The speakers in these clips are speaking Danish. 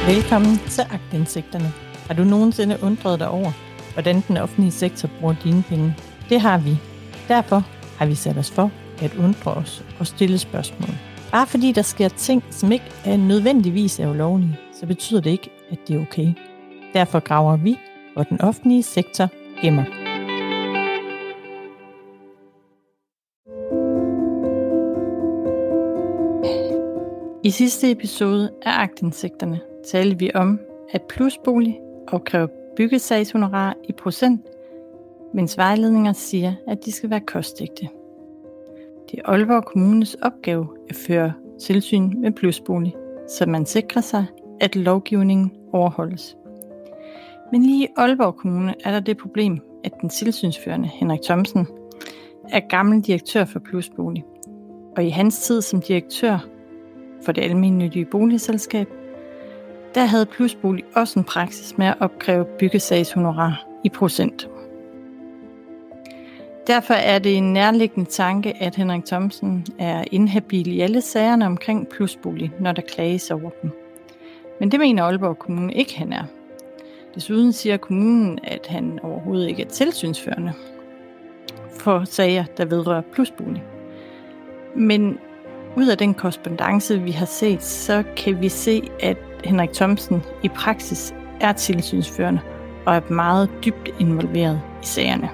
Velkommen til Aktindsigterne. Har du nogensinde undret dig over, hvordan den offentlige sektor bruger dine penge? Det har vi. Derfor har vi sat os for at undre os og stille spørgsmål. Bare fordi der sker ting, som ikke er nødvendigvis er ulovlige, så betyder det ikke, at det er okay. Derfor graver vi, hvor den offentlige sektor gemmer. I sidste episode af Aktindsigterne talte vi om, at Plusbolig opkræver byggesagshonorar i procent, mens vejledninger siger, at de skal være kostægte. Det er Aalborg Kommunes opgave at føre tilsyn med Plusbolig, så man sikrer sig, at lovgivningen overholdes. Men lige i Aalborg Kommune er der det problem, at den tilsynsførende Henrik Thomsen er gammel direktør for Plusbolig. Og i hans tid som direktør for det almennyttige boligselskab, der havde Plusbolig også en praksis med at opkræve byggesagshonorar i procent. Derfor er det en nærliggende tanke, at Henrik Thomsen er inhabil i alle sagerne omkring Plusbolig, når der klages over dem. Men det mener Aalborg Kommune ikke, han er. Desuden siger kommunen, at han overhovedet ikke er tilsynsførende for sager, der vedrører Plusbolig. Men ud af den korrespondance, vi har set, så kan vi se, at Henrik Thomsen i praksis er tilsynsførende og er meget dybt involveret i sagerne.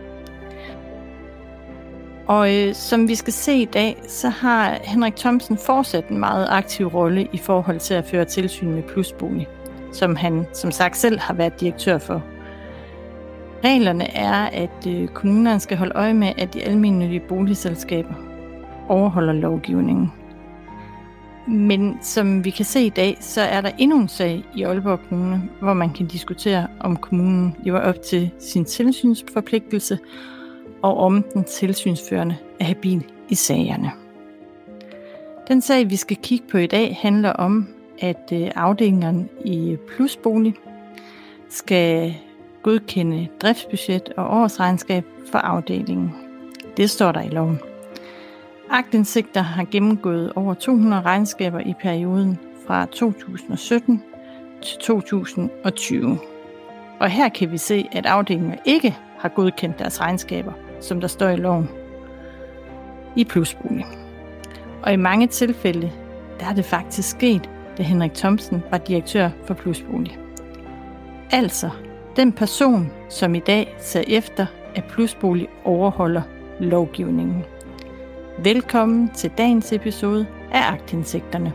Og som vi skal se i dag, så har Henrik Thomsen fortsat en meget aktiv rolle i forhold til at føre tilsyn med Plusbolig, som han som sagt selv har været direktør for. Reglerne er, at kommunerne skal holde øje med, at de almennyttige boligselskaber overholder lovgivningen. Men som vi kan se i dag, så er der endnu en sag i Aalborg Kommune, hvor man kan diskutere, om kommunen lever op til sin tilsynsforpligtelse, og om den tilsynsførende er habil i sagerne. Den sag, vi skal kigge på i dag, handler om, at afdelingerne i Plusbolig skal godkende driftsbudget og årsregnskab for afdelingen. Det står der i loven. Aktindsigter har gennemgået over 200 regnskaber i perioden fra 2017 til 2020. Og her kan vi se, at afdelingen ikke har godkendt deres regnskaber, som der står i loven, i Plusbolig. Og i mange tilfælde, der er det faktisk sket, da Henrik Thomsen var direktør for Plusbolig. Altså, den person, som i dag ser efter, at Plusbolig overholder lovgivningen. Velkommen til dagens episode af Aktindsigterne.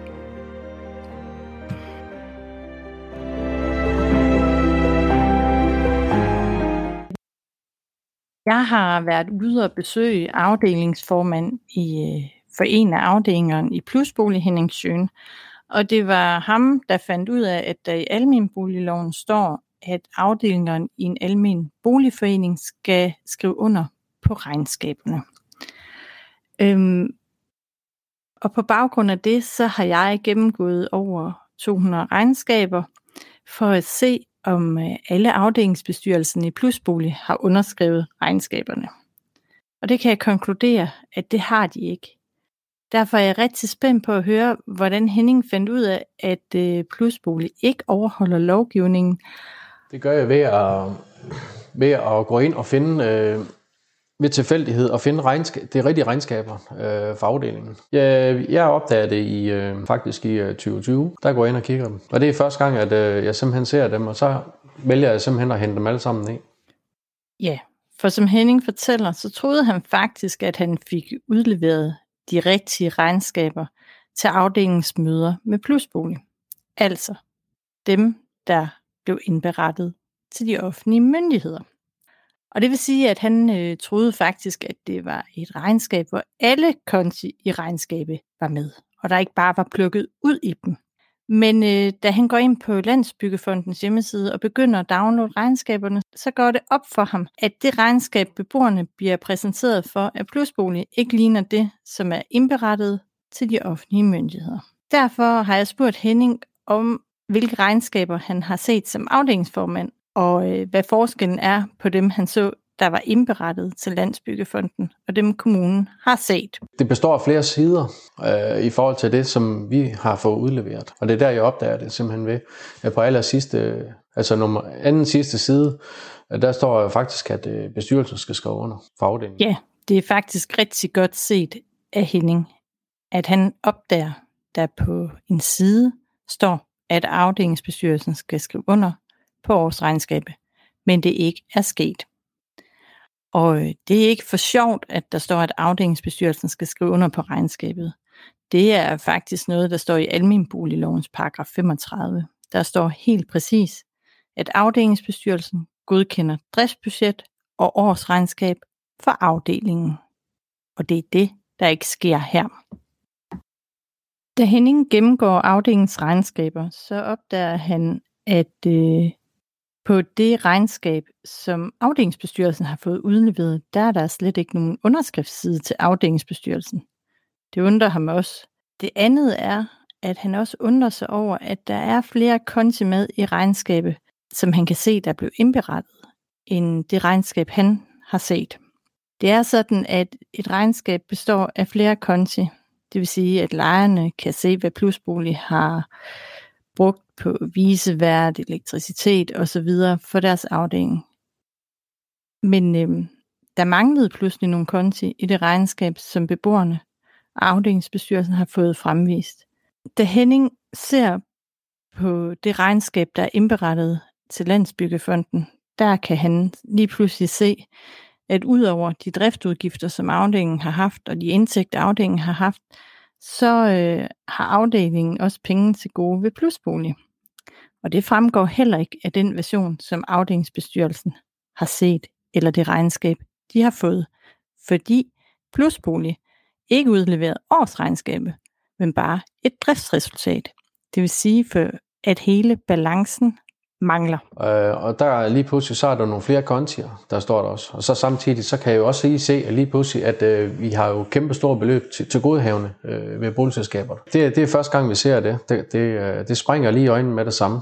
Jeg har været ude og besøge afdelingsformand for en af afdelingerne i Plusbolig, Henning Schøn. Og det var ham, der fandt ud af, at der i almenboligloven står, at afdelingerne i en almen boligforening skal skrive under på regnskaberne. Og på baggrund af det, så har jeg gennemgået over 200 regnskaber for at se, om alle afdelingsbestyrelsen i Plusbolig har underskrevet regnskaberne. Og det kan jeg konkludere, at det har de ikke. Derfor er jeg rigtig spændt på at høre, hvordan Henning fandt ud af, at Plusbolig ikke overholder lovgivningen. Det gør jeg ved at gå ind og finde ved tilfældighed og finde det rigtige regnskaber for afdelingen. Jeg opdager det faktisk i 2020. Der går jeg ind og kigger dem. Og det er første gang, at jeg simpelthen ser dem, og så vælger jeg simpelthen at hente dem alle sammen ned. Ja, for som Henning fortæller, så troede han faktisk, at han fik udleveret de rigtige regnskaber til afdelingsmøder med Plusbolig. Altså dem, der blev indberettet til de offentlige myndigheder. Og det vil sige, at han troede faktisk, at det var et regnskab, hvor alle konti i regnskabet var med, og der ikke bare var plukket ud i dem. Men da han går ind på Landsbyggefondens hjemmeside og begynder at downloade regnskaberne, så går det op for ham, at det regnskab, beboerne bliver præsenteret for af Plusbolig, ikke ligner det, som er indberettet til de offentlige myndigheder. Derfor har jeg spurgt Henning om, hvilke regnskaber han har set som afdelingsformand, og hvad forskellen er på dem, han så der var indberettet til Landsbyggefonden, og dem kommunen har set. Det består af flere sider i forhold til det, som vi har fået udleveret. Og det er der, jeg opdager det simpelthen ved. På anden sidste side, der står jo faktisk, at bestyrelsen skal skrive under for afdelingen. Ja, det er faktisk rigtig godt set af Henning, at han opdager, der på en side står, at afdelingsbestyrelsen skal skrive under på årsregnskabet, men det ikke er sket. Og det er ikke for sjovt, at der står, at afdelingsbestyrelsen skal skrive under på regnskabet. Det er faktisk noget, der står i almenboliglovens paragraf 35. Der står helt præcis, at afdelingsbestyrelsen godkender driftsbudget og årsregnskab for afdelingen. Og det er det, der ikke sker her. Da Henning gennemgår afdelingens regnskaber, så opdager han, at på det regnskab, som afdelingsbestyrelsen har fået udleveret, der er der slet ikke nogen underskriftsside til afdelingsbestyrelsen. Det undrer ham også. Det andet er, at han også undrer sig over, at der er flere konti med i regnskabet, som han kan se, der blev indberettet, end det regnskab, han har set. Det er sådan, at et regnskab består af flere konti. Det vil sige, at lejerne kan se, hvad Plusbolig har brugt på visevært, elektricitet osv. for deres afdeling. Men der manglede pludselig nogle konti i det regnskab, som beboerne og afdelingsbestyrelsen har fået fremvist. Da Henning ser på det regnskab, der er indberettet til Landsbyggefonden, der kan han lige pludselig se, at udover de driftudgifter, som afdelingen har haft, og de indtægter, afdelingen har haft, så har afdelingen også penge til gode ved Plusbolig. Og det fremgår heller ikke af den version, som afdelingsbestyrelsen har set, eller det regnskab, de har fået, fordi Plusbolig ikke udleveret årsregnskabet, men bare et driftsresultat. Det vil sige, at hele balancen mangler. Og der lige pludselig, så er der nogle flere kontier, der står der også. Og så samtidig, så kan jeg jo også lige se, at lige pludselig, at vi har jo kæmpe store beløb til godhavne ved boligselskaber. Det er første gang, vi ser det. Det springer lige i øjnene med det samme.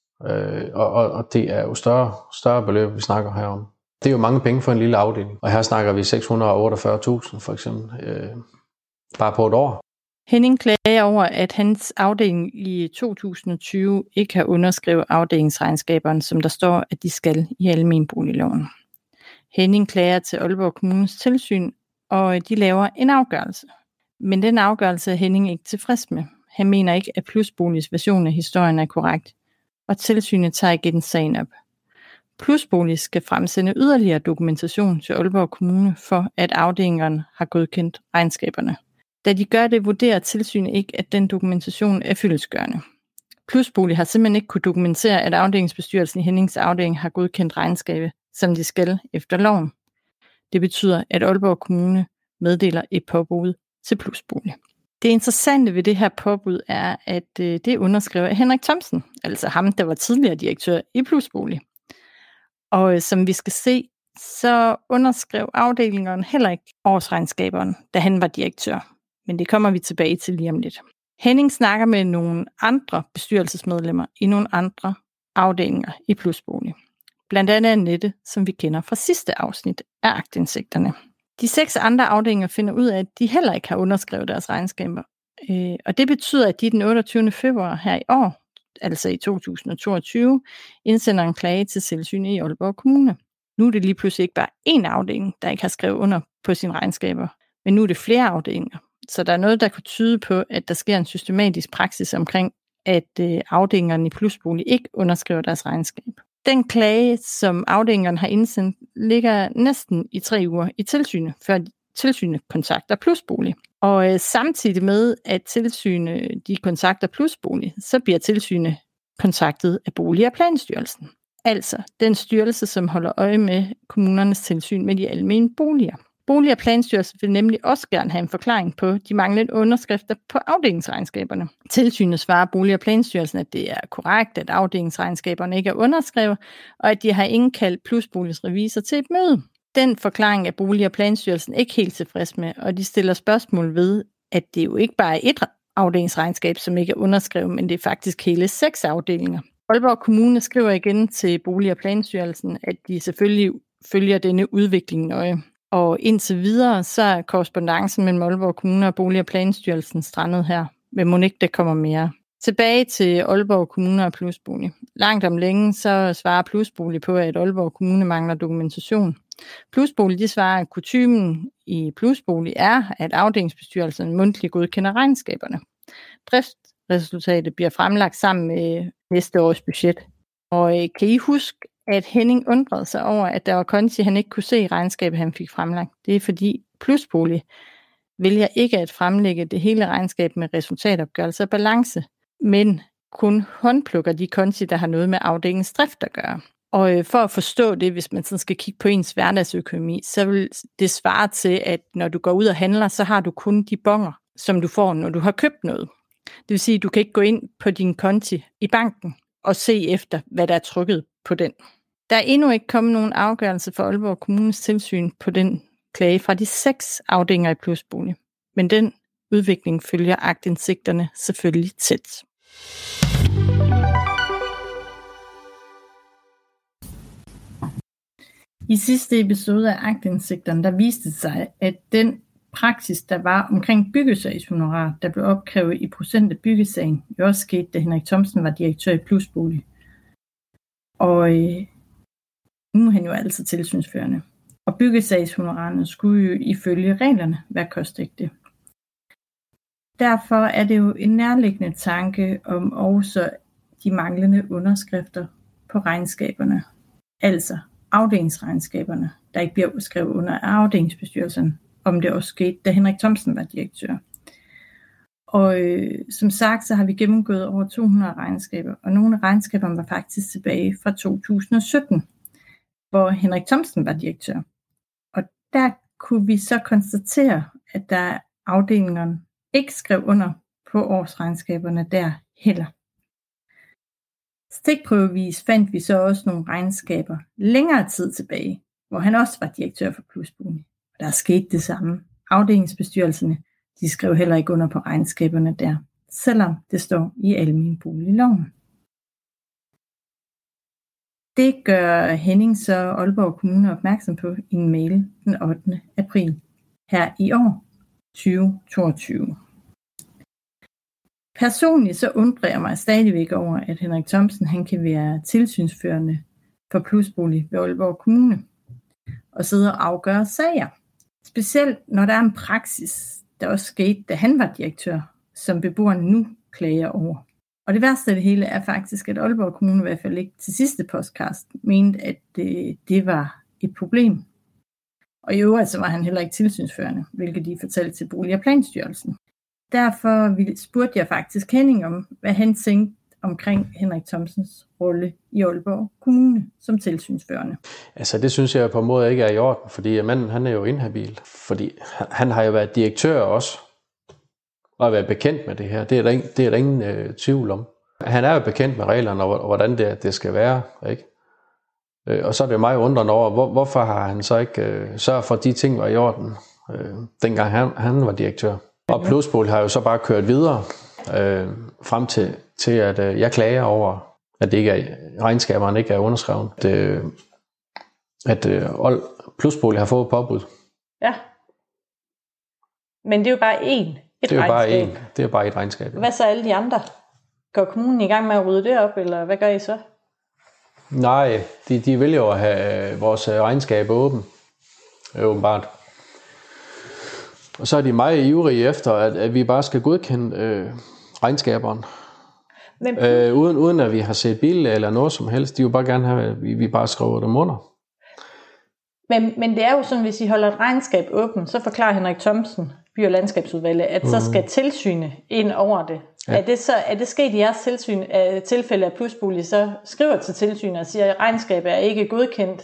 Og det er jo større beløb, vi snakker her om. Det er jo mange penge for en lille afdeling. Og her snakker vi 648.000 for eksempel, bare på et år. Henning klager over, at hans afdeling i 2020 ikke har underskrevet afdelingsregnskaberne, som der står, at de skal i almenboligloven. Henning klager til Aalborg Kommunes tilsyn, og de laver en afgørelse. Men den afgørelse er Henning ikke tilfreds med. Han mener ikke, at Plusboligs version af historien er korrekt, og tilsynet tager igen sagen op. Plusbolig skal fremsende yderligere dokumentation til Aalborg Kommune for, at afdelingerne har godkendt regnskaberne. Da de gør det, vurderer tilsynet ikke, at den dokumentation er fyldestgørende. Plusbolig har simpelthen ikke kunne dokumentere, at afdelingsbestyrelsen i Hennings afdeling har godkendt regnskabet, som de skal efter loven. Det betyder, at Aalborg Kommune meddeler et påbud til Plusbolig. Det interessante ved det her påbud er, at det er underskrevet af Henrik Thomsen, altså ham, der var tidligere direktør i Plusbolig. Og som vi skal se, så underskrev afdelingerne heller ikke årsregnskaberne, da han var direktør. Men det kommer vi tilbage til lige om lidt. Henning snakker med nogle andre bestyrelsesmedlemmer i nogle andre afdelinger i Plusbolig. Blandt andet Annette, som vi kender fra sidste afsnit af aktindsigterne. De 6 andre afdelinger finder ud af, at de heller ikke har underskrevet deres regnskaber. Og det betyder, at de den 28. februar her i år, altså i 2022, indsender en klage til tilsynet i Aalborg Kommune. Nu er det lige pludselig ikke bare én afdeling, der ikke har skrevet under på sine regnskaber, men nu er det flere afdelinger. Så der er noget, der kunne tyde på, at der sker en systematisk praksis omkring, at afdelingerne i Plusbolig ikke underskriver deres regnskab. Den klage, som afdelingerne har indsendt, ligger næsten i 3 uger i tilsynet, før tilsynet kontakter Plusbolig. Og samtidig med, at tilsynet de kontakter Plusbolig, så bliver tilsynet kontaktet af Bolig- og Planstyrelsen. Altså den styrelse, som holder øje med kommunernes tilsyn med de almene boliger. Bolig- og Planstyrelsen vil nemlig også gerne have en forklaring på de manglende underskrifter på afdelingsregnskaberne. Tilsynet svarer Bolig- og Planstyrelsen, at det er korrekt, at afdelingsregnskaberne ikke er underskrevet, og at de har indkaldt Plusboligs revisor til et møde. Den forklaring er Bolig- og Planstyrelsen ikke helt tilfreds med, og de stiller spørgsmål ved, at det jo ikke bare er ét afdelingsregnskab, som ikke er underskrevet, men det er faktisk hele 6 afdelinger. Aalborg Kommune skriver igen til Bolig- og Planstyrelsen, at de selvfølgelig følger denne udvikling nøje. Og indtil videre, så er korrespondancen mellem Aalborg Kommune og Bolig- og Planstyrelsen strandet her. Men mon ikke, der kommer mere. Tilbage til Aalborg Kommune og Plusbolig. Langt om længe, så svarer Plusbolig på, at Aalborg Kommune mangler dokumentation. Plusbolig, de svarer, at kutymen i Plusbolig er, at afdelingsbestyrelsen mundtligt godkender regnskaberne. Driftsresultatet bliver fremlagt sammen med næste års budget. Og kan I huske, at Henning undrede sig over, at der var konti, han ikke kunne se i regnskabet, han fik fremlagt? Det er fordi Plusbolig vælger ikke at fremlægge det hele regnskab med resultatopgørelse og balance, men kun håndplukker de konti, der har noget med afdelingens drift at gøre. Og for at forstå det, hvis man sådan skal kigge på ens hverdagsøkonomi, så vil det svare til, at når du går ud og handler, så har du kun de bonger, som du får, når du har købt noget. Det vil sige, at du kan ikke gå ind på din konti i banken og se efter, hvad der er trykket på den. Der er endnu ikke kommet nogen afgørelse for Aalborg Kommunes tilsyn på den klage fra de 6 afdelinger i Plusbolig. Men den udvikling følger aktindsigterne selvfølgelig tæt. I sidste episode af aktindsigterne, der viste det sig, at den praksis, der var omkring byggesagshonorar, der blev opkrævet i procent af byggesagen, jo også skete, da Henrik Thomsen var direktør i Plusbolig. Og nu er han jo altid tilsynsførende. Og byggesagshonorarerne skulle jo ifølge reglerne være kostægte. Derfor er det jo en nærliggende tanke om også de manglende underskrifter på regnskaberne. Altså afdelingsregnskaberne, der ikke bliver skrevet under af afdelingsbestyrelsen, om det også skete, da Henrik Thomsen var direktør. Og som sagt, så har vi gennemgået over 200 regnskaber, og nogle af regnskaberne var faktisk tilbage fra 2017, hvor Henrik Thomsen var direktør. Og der kunne vi så konstatere, at der afdelingerne ikke skrev under på årsregnskaberne der heller. Stikprøvevis fandt vi så også nogle regnskaber længere tid tilbage, hvor han også var direktør for Plusbolig. Der er sket det samme. Afdelingsbestyrelserne, de skrev heller ikke under på regnskaberne der, selvom det står i almenboligloven. Det gør Henning så Aalborg Kommune opmærksom på i en mail den 8. april her i år 2022. Personligt så undrer jeg mig stadigvæk over, at Henrik Thomsen han kan være tilsynsførende for Plusbolig ved Aalborg Kommune og sidde og afgøre sager. Specielt når der er en praksis, der også skete, da han var direktør, som beboerne nu klager over. Og det værste af det hele er faktisk, at Aalborg Kommune i hvert fald ikke til sidste podcast mente, at det var et problem. Og i øvrigt så var han heller ikke tilsynsførende, hvilket de fortalte til Bolig- og Planstyrelsen. Derfor spurgte jeg faktisk Henning om, hvad han tænkte omkring Henrik Thomsens rolle i Aalborg Kommune som tilsynsførende. Altså det synes jeg på en måde ikke er i orden, fordi manden han er jo inhabil. Fordi han har jo været direktør også, og været bekendt med det her. Det er der ingen tvivl om. Han er jo bekendt med reglerne, og hvordan det skal være, ikke? Og så er det meget undrende over, hvorfor har han så ikke sørget for, at de ting var i orden, dengang han var direktør. Og Plusbolig har jo så bare kørt videre frem til at jeg klager over, at det ikke er, regnskaberne ikke er underskrevet. At Plusbolig har fået påbud. Ja. Men det er jo bare det er bare et regnskab. Hvad så alle de andre? Går kommunen i gang med at rydde det op, eller hvad gør I så? Nej, de vil jo have vores regnskab åben, åbenbart. Og så er de meget ivrige efter, at vi bare skal godkende regnskaberne. Uden at vi har set bil eller noget som helst. De vil bare gerne have, at vi bare skriver dem under. Men det er jo sådan, hvis I holder et regnskab åbent, så forklarer Henrik Thomsen, by- og landskabsudvalget, at så skal tilsynet ind over det. Ja. Er det sket i jeres tilfælde, at Plusbolig så skriver til tilsynet og siger, at regnskabet er ikke godkendt?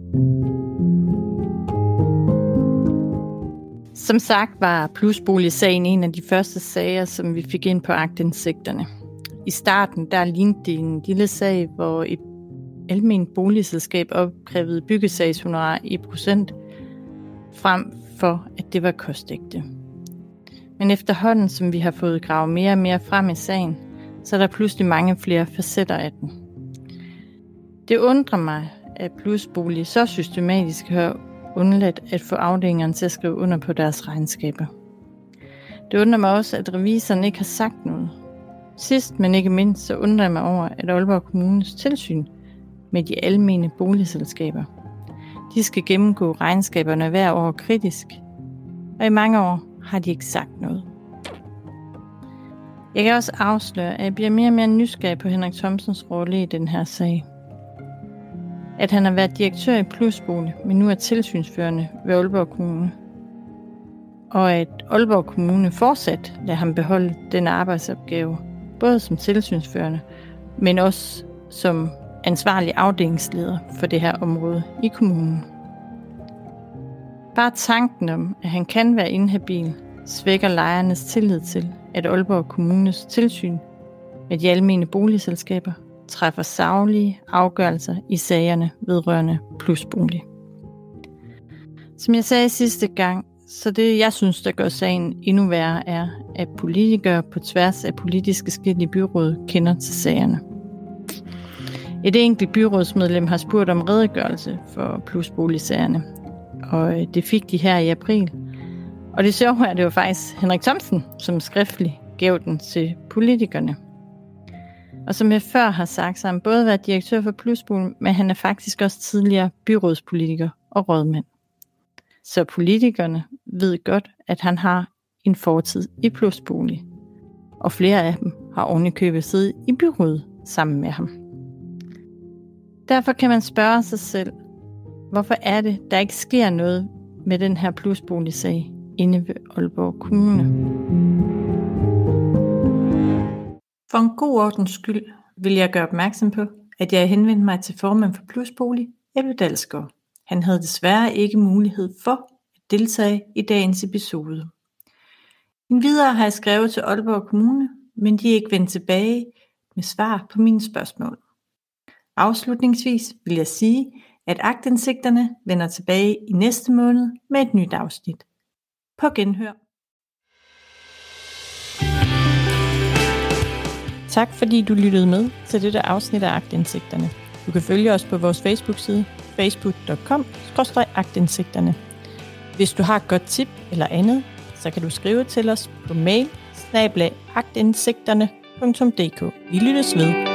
Som sagt var Plusbolig-sagen en af de første sager, som vi fik ind på aktindsigterne. I starten der lignede det en lille sag, hvor et alment boligselskab opkrævede byggesagshonorar i procent, frem for at det var kostægte. Men efterhånden, som vi har fået gravet mere og mere frem i sagen, så er der pludselig mange flere facetter af den. Det undrer mig, at Plusbolig så systematisk har undladt at få afdelingerne til at skrive under på deres regnskaber. Det undrer mig også, at revisoren ikke har sagt noget. Sidst, men ikke mindst, så undrer jeg mig over, at Aalborg Kommunes tilsyn med de almene boligselskaber. De skal gennemgå regnskaberne hver år kritisk, og i mange år har de ikke sagt noget. Jeg kan også afsløre, at jeg bliver mere og mere nysgerrig på Henrik Thomsens rolle i den her sag. At han har været direktør i Plusbolig, men nu er tilsynsførende ved Aalborg Kommune. Og at Aalborg Kommune fortsat lader ham beholde den arbejdsopgave, både som tilsynsførende, men også som ansvarlig afdelingsleder for det her område i kommunen. Bare tanken om, at han kan være inhabil, svækker lejernes tillid til, at Aalborg Kommunes tilsyn med de almene boligselskaber træffer saglige afgørelser i sagerne vedrørende Plusbolig. Som jeg sagde sidste gang, så det jeg synes, der gør sagen endnu værre, er, at politikere på tværs af politiske skel i byrådet kender til sagerne. Et enkelt byrådsmedlem har spurgt om redegørelse for Plusboligsagerne, og det fik de her i april. Og det sjove er, at det var faktisk Henrik Thomsen, som skriftligt gav den til politikerne. Og som jeg før har sagt, så har han både været direktør for Plusbolig, men han er faktisk også tidligere byrådspolitiker og rådmand. Så politikerne ved godt, at han har en fortid i Plusbolig. Og flere af dem har ovenikøbet siddet i byrådet sammen med ham. Derfor kan man spørge sig selv, hvorfor er det, der ikke sker noget med den her Plusbolig-sag inde ved Aalborg Kommune? For en god ordens skyld vil jeg gøre opmærksom på, at jeg henvendte mig til formand for Plusbolig, Ebbe Dalsgaard. Han havde desværre ikke mulighed for at deltage i dagens episode. Endvidere har jeg skrevet til Aalborg Kommune, men de er ikke vendt tilbage med svar på mine spørgsmål. Afslutningsvis vil jeg sige, at aktindsigterne vender tilbage i næste måned med et nyt afsnit. På genhør. Tak fordi du lyttede med til dette afsnit af Aktindsigterne. Du kan følge os på vores Facebook-side facebook.com/aktindsigterne. Hvis du har et godt tip eller andet, så kan du skrive til os på mail @aktindsigterne.dk. Vi lyttes ved.